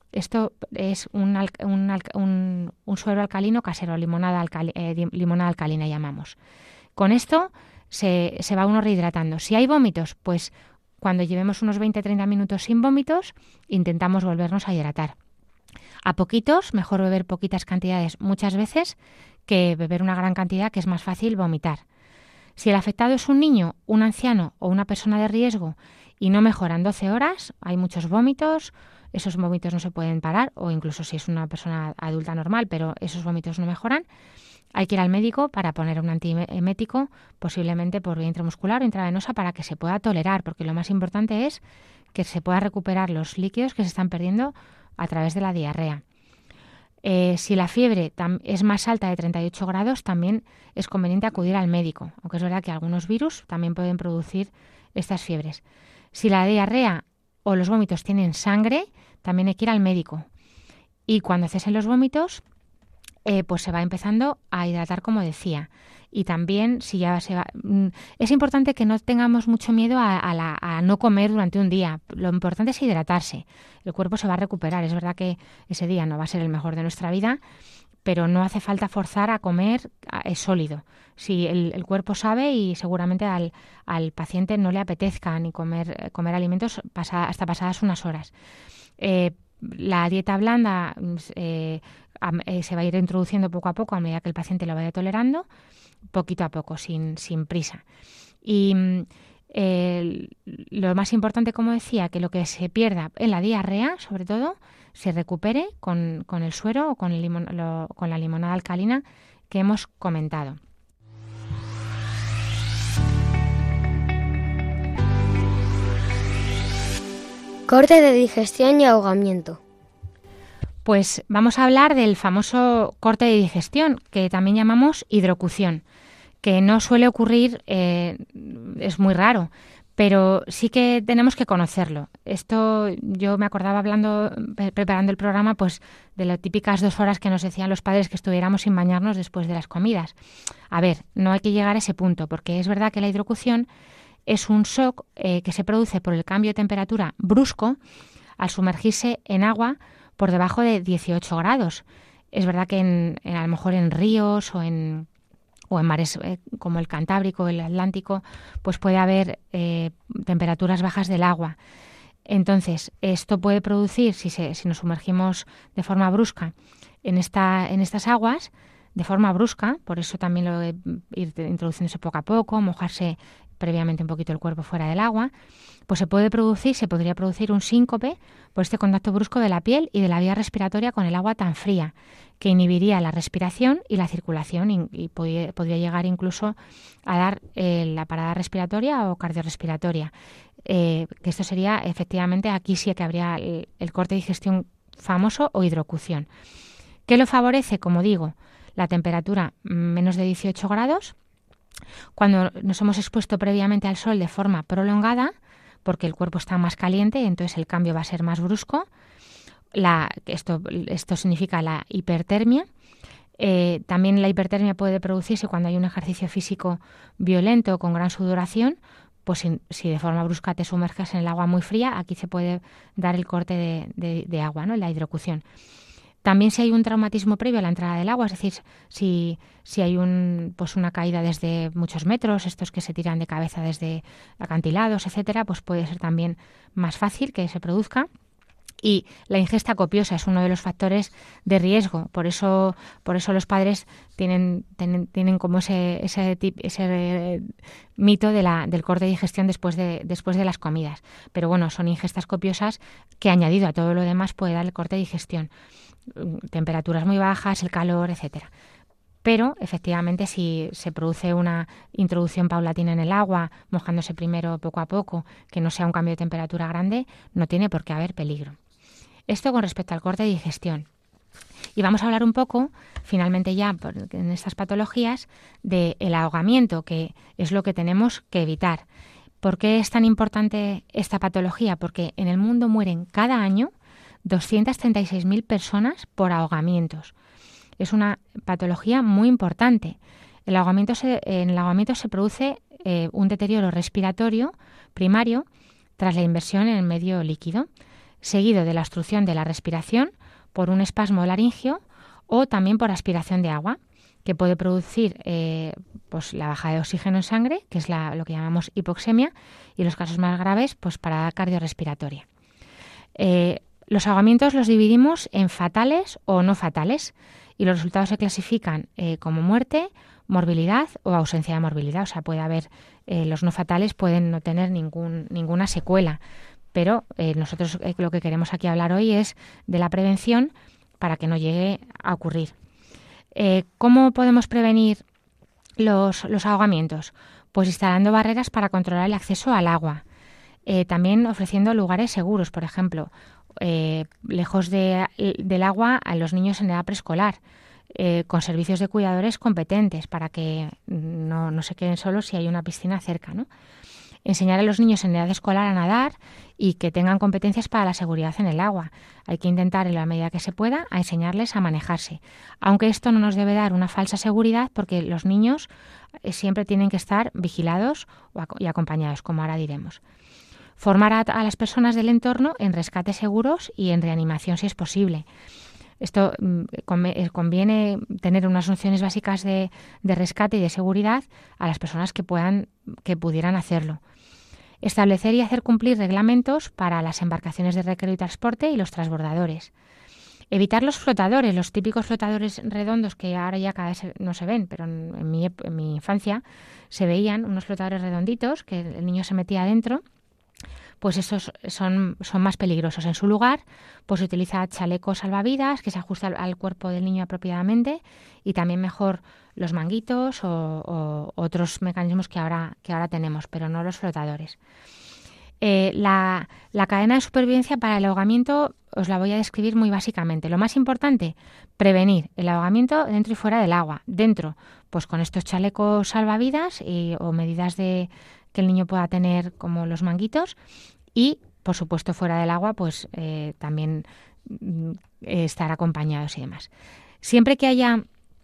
Esto es un suero alcalino casero, limonada alcalina llamamos. Con esto se va uno rehidratando. Si hay vómitos, pues cuando llevemos unos 20-30 minutos sin vómitos, intentamos volvernos a hidratar. A poquitos, mejor beber poquitas cantidades muchas veces que beber una gran cantidad, que es más fácil vomitar. Si el afectado es un niño, un anciano o una persona de riesgo y no mejora en 12 horas, hay muchos vómitos, esos vómitos no se pueden parar, o incluso si es una persona adulta normal, pero esos vómitos no mejoran, hay que ir al médico para poner un antiemético, posiblemente por vía intramuscular o intravenosa, para que se pueda tolerar, porque lo más importante es que se pueda recuperar los líquidos que se están perdiendo a través de la diarrea. Si la fiebre es más alta de 38 grados, también es conveniente acudir al médico, aunque es verdad que algunos virus también pueden producir estas fiebres. Si la diarrea o los vómitos tienen sangre, también hay que ir al médico. Y cuando cesen los vómitos, pues se va empezando a hidratar, como decía. Y también, si ya se va, es importante que no tengamos mucho miedo a no comer durante un día. Lo importante es hidratarse. El cuerpo se va a recuperar. Es verdad que ese día no va a ser el mejor de nuestra vida, pero no hace falta forzar a comer sólido. Si el cuerpo sabe, y seguramente al paciente no le apetezca ni comer alimentos hasta pasadas unas horas. La dieta blanda se va a ir introduciendo poco a poco a medida que el paciente lo vaya tolerando, poquito a poco, sin prisa. Y lo más importante, como decía, que lo que se pierda en la diarrea, sobre todo, se recupere con el suero o con la limonada alcalina que hemos comentado. Corte de digestión y ahogamiento. Pues vamos a hablar del famoso corte de digestión, que también llamamos hidrocución, que no suele ocurrir, es muy raro, pero sí que tenemos que conocerlo. Esto yo me acordaba preparando el programa, pues de las típicas 2 horas que nos decían los padres que estuviéramos sin bañarnos después de las comidas. A ver, no hay que llegar a ese punto, porque es verdad que la hidrocución es un shock que se produce por el cambio de temperatura brusco al sumergirse en agua por debajo de 18 grados. Es verdad que a lo mejor en ríos o en mares como el Cantábrico o el Atlántico, pues puede haber temperaturas bajas del agua. Entonces, esto puede producir, si nos sumergimos de forma brusca en estas aguas, de forma brusca, por eso también lo de ir introduciéndose poco a poco, mojarse previamente un poquito el cuerpo fuera del agua, pues se podría producir un síncope por este contacto brusco de la piel y de la vía respiratoria con el agua tan fría, que inhibiría la respiración y la circulación y podría llegar incluso a dar la parada respiratoria o cardiorrespiratoria. Que esto sería, efectivamente, aquí sí que habría el corte de digestión famoso o hidrocución. ¿Qué lo favorece? Como digo, la temperatura menos de 18 grados, cuando nos hemos expuesto previamente al sol de forma prolongada, porque el cuerpo está más caliente, entonces el cambio va a ser más brusco. Esto significa la hipertermia. También la hipertermia puede producirse cuando hay un ejercicio físico violento con gran sudoración. Pues si de forma brusca te sumerges en el agua muy fría, aquí se puede dar el corte de agua, ¿no? La hidrocución. También si hay un traumatismo previo a la entrada del agua, es decir, si hay una caída desde muchos metros, estos que se tiran de cabeza desde acantilados, etcétera, pues puede ser también más fácil que se produzca. Y la ingesta copiosa es uno de los factores de riesgo. Por eso los padres tienen como ese mito del corte de digestión después de las comidas. Pero bueno, son ingestas copiosas que, añadido a todo lo demás, puede dar el corte de digestión. Temperaturas muy bajas, el calor, etcétera. Pero, efectivamente, si se produce una introducción paulatina en el agua, mojándose primero poco a poco, que no sea un cambio de temperatura grande, no tiene por qué haber peligro. Esto con respecto al corte de digestión. Y vamos a hablar un poco, finalmente ya, en estas patologías, del ahogamiento, que es lo que tenemos que evitar. ¿Por qué es tan importante esta patología? Porque en el mundo mueren cada año 236.000 personas por ahogamientos. Es una patología muy importante. En el ahogamiento se produce un deterioro respiratorio primario tras la inmersión en el medio líquido. seguido de la obstrucción de la respiración por un espasmo laringio o también por aspiración de agua, que puede producir pues la baja de oxígeno en sangre, que es lo que llamamos hipoxemia, y en los casos más graves, pues parada cardiorrespiratoria. Los ahogamientos los dividimos en fatales o no fatales, y los resultados se clasifican como muerte, morbilidad o ausencia de morbilidad. O sea, puede haber, los no fatales pueden no tener ninguna secuela, pero nosotros lo que queremos aquí hablar hoy es de la prevención para que no llegue a ocurrir. ¿Cómo podemos prevenir los ahogamientos? Pues instalando barreras para controlar el acceso al agua. También ofreciendo lugares seguros, por ejemplo, lejos del agua a los niños en edad preescolar, con servicios de cuidadores competentes para que no se queden solos si hay una piscina cerca, ¿no? Enseñar a los niños en edad escolar a nadar y que tengan competencias para la seguridad en el agua. Hay que intentar, en la medida que se pueda, a enseñarles a manejarse. Aunque esto no nos debe dar una falsa seguridad, porque los niños siempre tienen que estar vigilados y acompañados, como ahora diremos. Formar a las personas del entorno en rescates seguros y en reanimación si es posible. Esto conviene tener unas nociones básicas de rescate y de seguridad a las personas que pudieran hacerlo. Establecer y hacer cumplir reglamentos para las embarcaciones de recreo y transporte y los transbordadores. Evitar los flotadores, los típicos flotadores redondos que ahora ya cada vez no se ven, pero en mi infancia se veían unos flotadores redonditos que el niño se metía adentro. Pues esos son más peligrosos. En su lugar, pues se utiliza chaleco salvavidas que se ajusta al cuerpo del niño apropiadamente, y también mejor los manguitos o otros mecanismos que ahora tenemos, pero no los flotadores. La cadena de supervivencia para el ahogamiento os la voy a describir muy básicamente. Lo más importante, prevenir el ahogamiento dentro y fuera del agua. Dentro, pues con estos chalecos salvavidas o medidas que el niño pueda tener, como los manguitos, y por supuesto fuera del agua pues también estar acompañados y demás. Siempre que haya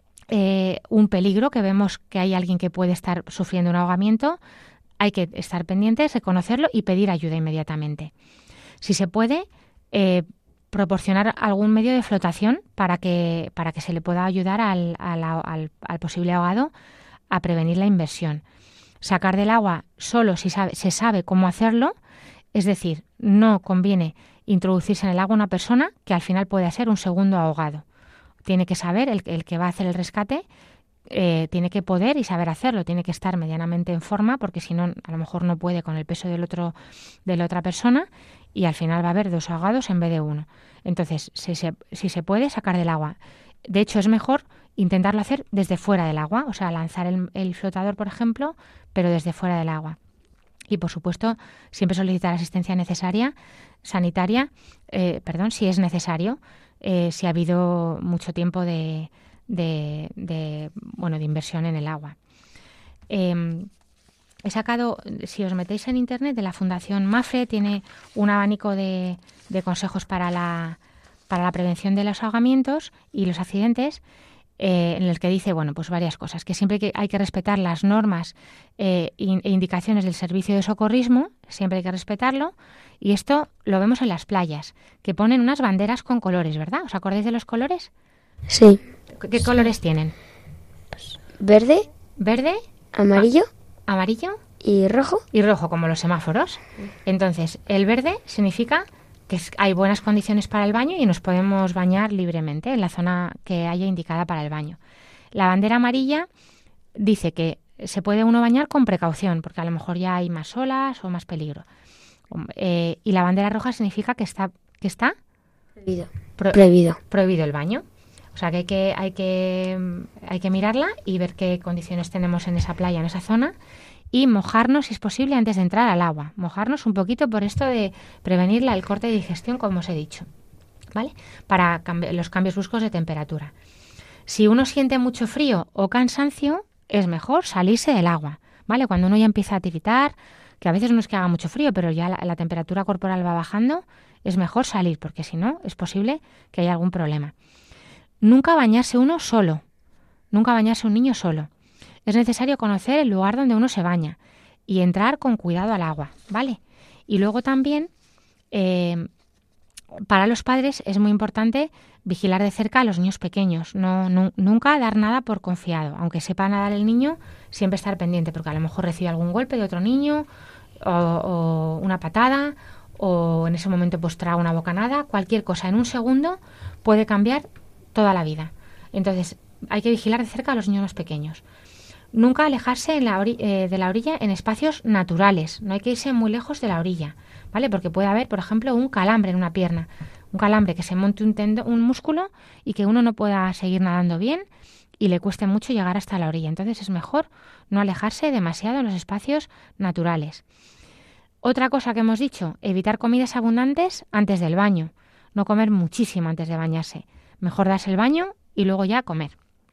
un peligro, que vemos que hay alguien que puede estar sufriendo un ahogamiento, hay que estar pendientes, reconocerlo y pedir ayuda inmediatamente. Si se puede, proporcionar algún medio de flotación para que se le pueda ayudar al posible ahogado a prevenir la inmersión. Sacar del agua solo si se sabe cómo hacerlo, es decir, no conviene introducirse en el agua una persona que al final puede ser un segundo ahogado. Tiene que saber, el que va a hacer el rescate, tiene que poder y saber hacerlo, tiene que estar medianamente en forma, porque si no, a lo mejor no puede con el peso de la otra persona, y al final va a haber 2 ahogados en vez de 1. Entonces, si se puede, sacar del agua. De hecho, es mejor intentarlo hacer desde fuera del agua, o sea, lanzar el flotador, por ejemplo, pero desde fuera del agua. Y, por supuesto, siempre solicitar asistencia sanitaria, si es necesario, si ha habido mucho tiempo de inversión en el agua. He sacado, si os metéis en internet, de la Fundación MAFRE, tiene un abanico de consejos para la prevención de los ahogamientos y los accidentes, en el que dice, pues varias cosas, que siempre hay que respetar las normas e indicaciones del servicio de socorrismo, siempre hay que respetarlo, y esto lo vemos en las playas, que ponen unas banderas con colores, ¿verdad? ¿Os acordáis de los colores? Sí. ¿Qué colores tienen? Verde, amarillo y rojo. Y rojo, como los semáforos. Entonces, el verde significa que hay buenas condiciones para el baño y nos podemos bañar libremente en la zona que haya indicada para el baño. La bandera amarilla dice que se puede uno bañar con precaución, porque a lo mejor ya hay más olas o más peligro. Y la bandera roja significa que está prohibido el baño. O sea, que hay que mirarla y ver qué condiciones tenemos en esa playa, en esa zona, y mojarnos, si es posible, antes de entrar al agua. Mojarnos un poquito por esto de prevenir el corte de digestión, como os he dicho, ¿vale? Para los cambios bruscos de temperatura. Si uno siente mucho frío o cansancio, es mejor salirse del agua, ¿vale? Cuando uno ya empieza a tiritar, que a veces no es que haga mucho frío, pero ya la temperatura corporal va bajando, es mejor salir, porque si no, es posible que haya algún problema. Nunca bañarse uno solo, nunca bañarse un niño solo. Es necesario conocer el lugar donde uno se baña y entrar con cuidado al agua, ¿vale? Y luego también para los padres es muy importante vigilar de cerca a los niños pequeños. Nunca dar nada por confiado. Aunque sepa nadar el niño, siempre estar pendiente, porque a lo mejor recibe algún golpe de otro niño o una patada, o en ese momento pues traga una bocanada. Cualquier cosa en un segundo puede cambiar toda la vida. Entonces hay que vigilar de cerca a los niños pequeños. Nunca alejarse de la orilla en espacios naturales. No hay que irse muy lejos de la orilla, ¿vale? Porque puede haber, por ejemplo, un calambre en una pierna. Un calambre que se monte un músculo y que uno no pueda seguir nadando bien y le cueste mucho llegar hasta la orilla. Entonces es mejor no alejarse demasiado en los espacios naturales. Otra cosa que hemos dicho, evitar comidas abundantes antes del baño. No comer muchísimo antes de bañarse. Mejor darse el baño y luego ya comer.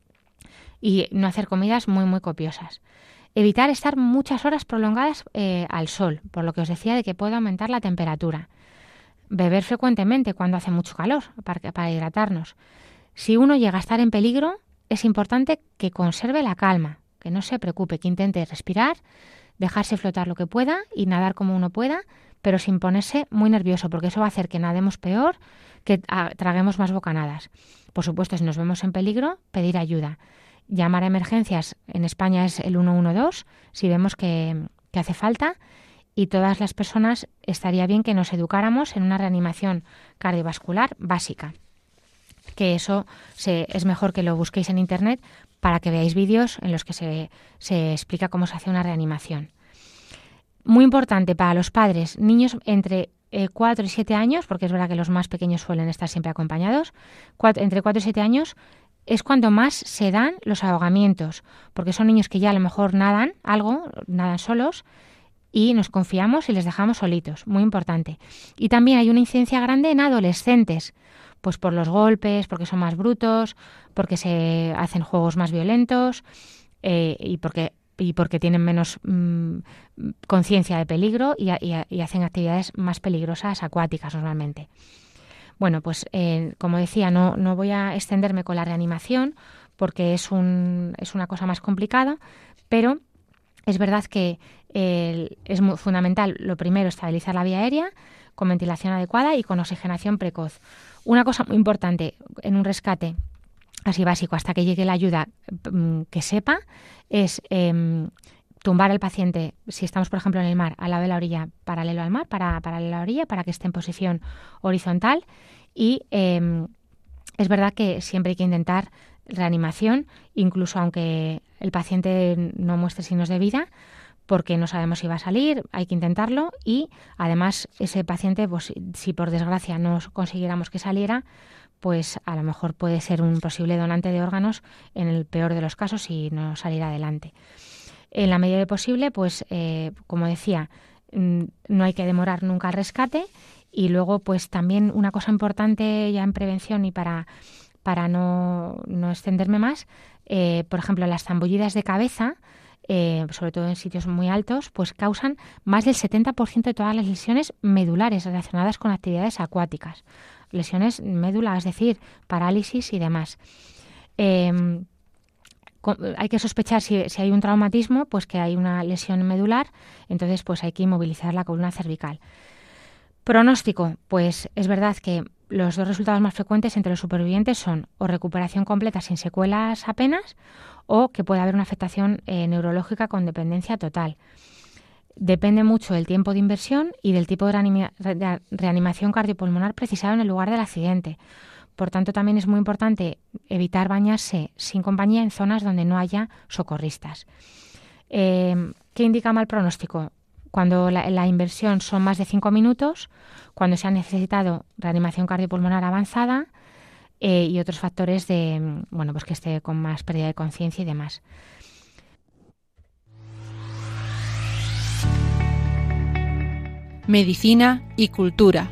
Y no hacer comidas muy, muy copiosas. Evitar estar muchas horas prolongadas al sol, por lo que os decía de que puede aumentar la temperatura. Beber frecuentemente cuando hace mucho calor, para hidratarnos. Si uno llega a estar en peligro, es importante que conserve la calma, que no se preocupe, que intente respirar, dejarse flotar lo que pueda y nadar como uno pueda, pero sin ponerse muy nervioso, porque eso va a hacer que nademos peor, que traguemos más bocanadas. Por supuesto, si nos vemos en peligro, pedir ayuda. Llamar a emergencias, en España es el 112, si vemos que hace falta, y todas las personas estaría bien que nos educáramos en una reanimación cardiovascular básica. Que eso es mejor que lo busquéis en Internet para que veáis vídeos en los que se explica cómo se hace una reanimación. Muy importante para los padres, niños entre 4 y 7 años, porque es verdad que los más pequeños suelen estar siempre acompañados, entre 4 y 7 años es cuando más se dan los ahogamientos, porque son niños que ya a lo mejor nadan solos y nos confiamos y les dejamos solitos, muy importante. Y también hay una incidencia grande en adolescentes, pues por los golpes, porque son más brutos, porque se hacen juegos más violentos y porque tienen menos conciencia de peligro y hacen actividades más peligrosas acuáticas normalmente. Bueno, pues como decía, no voy a extenderme con la reanimación porque es una cosa más complicada, pero es verdad que es muy fundamental, lo primero, estabilizar la vía aérea con ventilación adecuada y con oxigenación precoz. Una cosa muy importante en un rescate así básico, hasta que llegue la ayuda que sepa, es tumbar al paciente, si estamos por ejemplo en el mar, al lado de la orilla, paralelo al mar, paralelo a la orilla, para que esté en posición horizontal. Y es verdad que siempre hay que intentar reanimación, incluso aunque el paciente no muestre signos de vida, porque no sabemos si va a salir, hay que intentarlo. Y además ese paciente, pues, si por desgracia no consiguiéramos que saliera, pues a lo mejor puede ser un posible donante de órganos en el peor de los casos y no salir adelante. En la medida de posible, pues como decía, no hay que demorar nunca el rescate. Y luego, pues también una cosa importante ya en prevención y para no extenderme más, por ejemplo, las zambullidas de cabeza, sobre todo en sitios muy altos, pues causan más del 70% de todas las lesiones medulares relacionadas con actividades acuáticas. Lesiones médula, es decir, parálisis y demás. Hay que sospechar si hay un traumatismo, pues que hay una lesión medular, entonces pues hay que inmovilizar la columna cervical. Pronóstico, pues es verdad que los dos resultados más frecuentes entre los supervivientes son o recuperación completa sin secuelas apenas o que puede haber una afectación neurológica con dependencia total. Depende mucho del tiempo de inversión y del tipo de reanimación cardiopulmonar precisado en el lugar del accidente. Por tanto, también es muy importante evitar bañarse sin compañía en zonas donde no haya socorristas. ¿Qué indica mal pronóstico? Cuando la inversión son más de 5 minutos, cuando se ha necesitado reanimación cardiopulmonar avanzada y otros factores de, pues que esté con más pérdida de conciencia y demás. Medicina y cultura.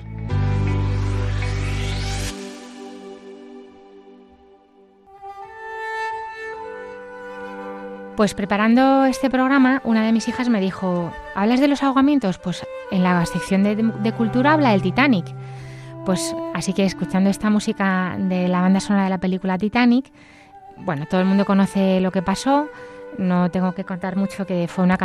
Pues preparando este programa, una de mis hijas me dijo, ¿hablas de los ahogamientos? Pues en la sección de cultura habla del Titanic. Pues así que escuchando esta música de la banda sonora de la película Titanic, bueno, todo el mundo conoce lo que pasó, no tengo que contar mucho que fue una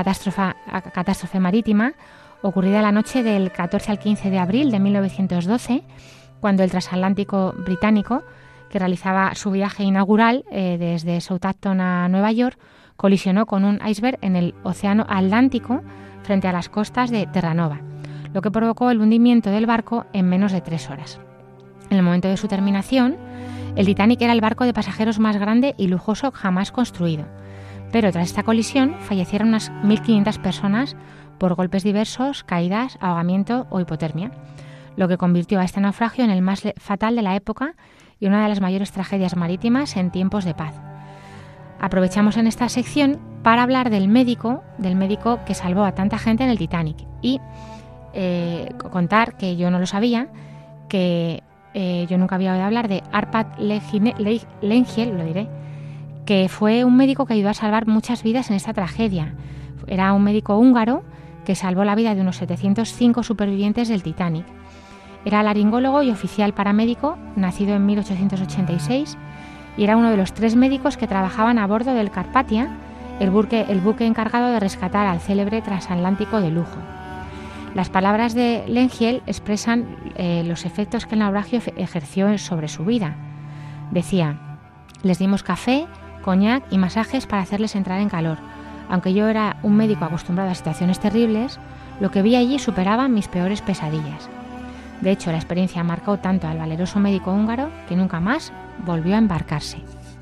catástrofe marítima ocurrida la noche del 14 al 15 de abril de 1912 cuando el transatlántico británico, que realizaba su viaje inaugural desde Southampton a Nueva York, colisionó con un iceberg en el Océano Atlántico frente a las costas de Terranova, lo que provocó el hundimiento del barco en menos de 3 horas. En el momento de su terminación, el Titanic era el barco de pasajeros más grande y lujoso jamás construido, pero tras esta colisión fallecieron unas 1.500 personas por golpes diversos, caídas, ahogamiento o hipotermia, lo que convirtió a este naufragio en el más fatal de la época y una de las mayores tragedias marítimas en tiempos de paz. Aprovechamos en esta sección para hablar del médico que salvó a tanta gente en el Titanic y contar, que yo no lo sabía, que yo nunca había oído hablar de Arpad Lengiel, lo diré, que fue un médico que ayudó a salvar muchas vidas en esta tragedia. Era un médico húngaro que salvó la vida de unos 705 supervivientes del Titanic. Era laringólogo y oficial paramédico, nacido en 1886, y era uno de los 3 médicos que trabajaban a bordo del Carpathia, el buque encargado de rescatar al célebre transatlántico de lujo. Las palabras de Lengiel expresan los efectos que el naufragio ejerció sobre su vida. Decía: les dimos café, coñac y masajes para hacerles entrar en calor. Aunque yo era un médico acostumbrado a situaciones terribles, lo que vi allí superaba mis peores pesadillas. De hecho, la experiencia marcó tanto al valeroso médico húngaro que nunca más volvió a embarcarse.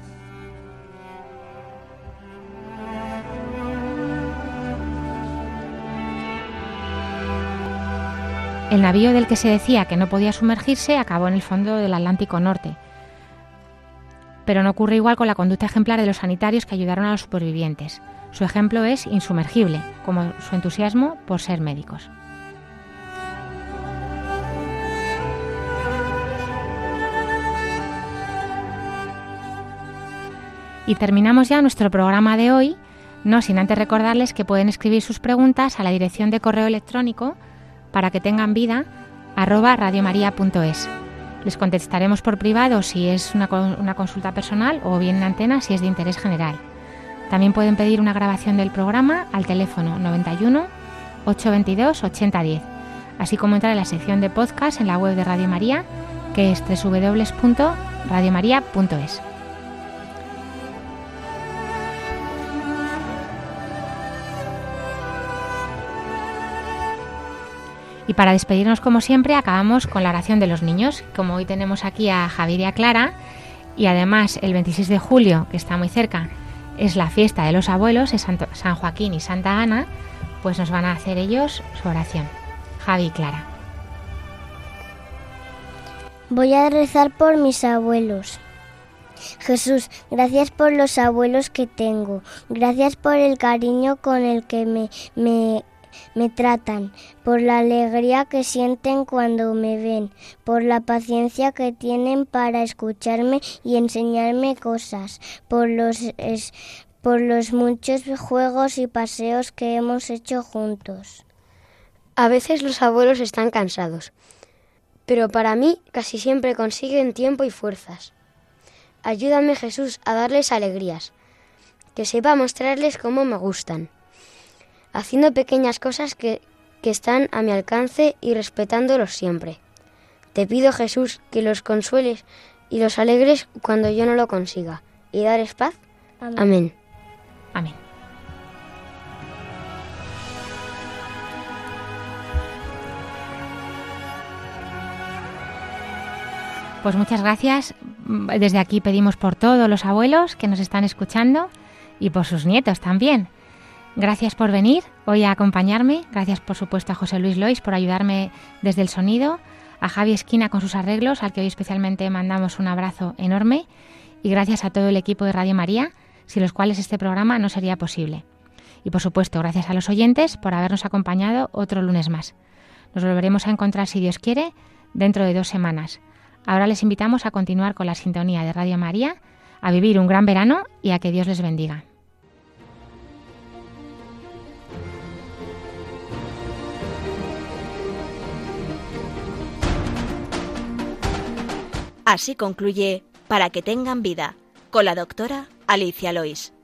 El navío del que se decía que no podía sumergirse acabó en el fondo del Atlántico Norte. Pero no ocurre igual con la conducta ejemplar de los sanitarios que ayudaron a los supervivientes. Su ejemplo es insumergible, como su entusiasmo por ser médicos. Y terminamos ya nuestro programa de hoy, no sin antes recordarles que pueden escribir sus preguntas a la dirección de correo electrónico para que tengan vida @radiomaria.es. Les contestaremos por privado si es una consulta personal o bien en antena si es de interés general. También pueden pedir una grabación del programa al teléfono 91 822 8010, así como entrar en la sección de podcast en la web de Radio María, que es www.radiomaria.es. Y para despedirnos, como siempre, acabamos con la oración de los niños. Como hoy tenemos aquí a Javier y a Clara, y además el 26 de julio, que está muy cerca, es la fiesta de los abuelos, es San Joaquín y Santa Ana, pues nos van a hacer ellos su oración. Javi y Clara. Voy a rezar por mis abuelos. Jesús, gracias por los abuelos que tengo. Gracias por el cariño con el que me tratan, por la alegría que sienten cuando me ven, por la paciencia que tienen para escucharme y enseñarme cosas, por los muchos juegos y paseos que hemos hecho juntos. A veces los abuelos están cansados, pero para mí casi siempre consiguen tiempo y fuerzas. Ayúdame, Jesús, a darles alegrías, que sepa mostrarles cómo me gustan, haciendo pequeñas cosas que están a mi alcance y respetándolos siempre. Te pido, Jesús, que los consueles y los alegres cuando yo no lo consiga, y darles paz. Amén. Amén. Pues muchas gracias. Desde aquí pedimos por todos los abuelos que nos están escuchando y por sus nietos también. Gracias por venir hoy a acompañarme. Gracias, por supuesto, a José Luis Lois por ayudarme desde el sonido, a Javi Esquina con sus arreglos, al que hoy especialmente mandamos un abrazo enorme, y gracias a todo el equipo de Radio María, sin los cuales este programa no sería posible. Y, por supuesto, gracias a los oyentes por habernos acompañado otro lunes más. Nos volveremos a encontrar, si Dios quiere, dentro de 2 semanas. Ahora les invitamos a continuar con la sintonía de Radio María, a vivir un gran verano y a que Dios les bendiga. Así concluye Para que tengan vida, con la doctora Alicia Lois.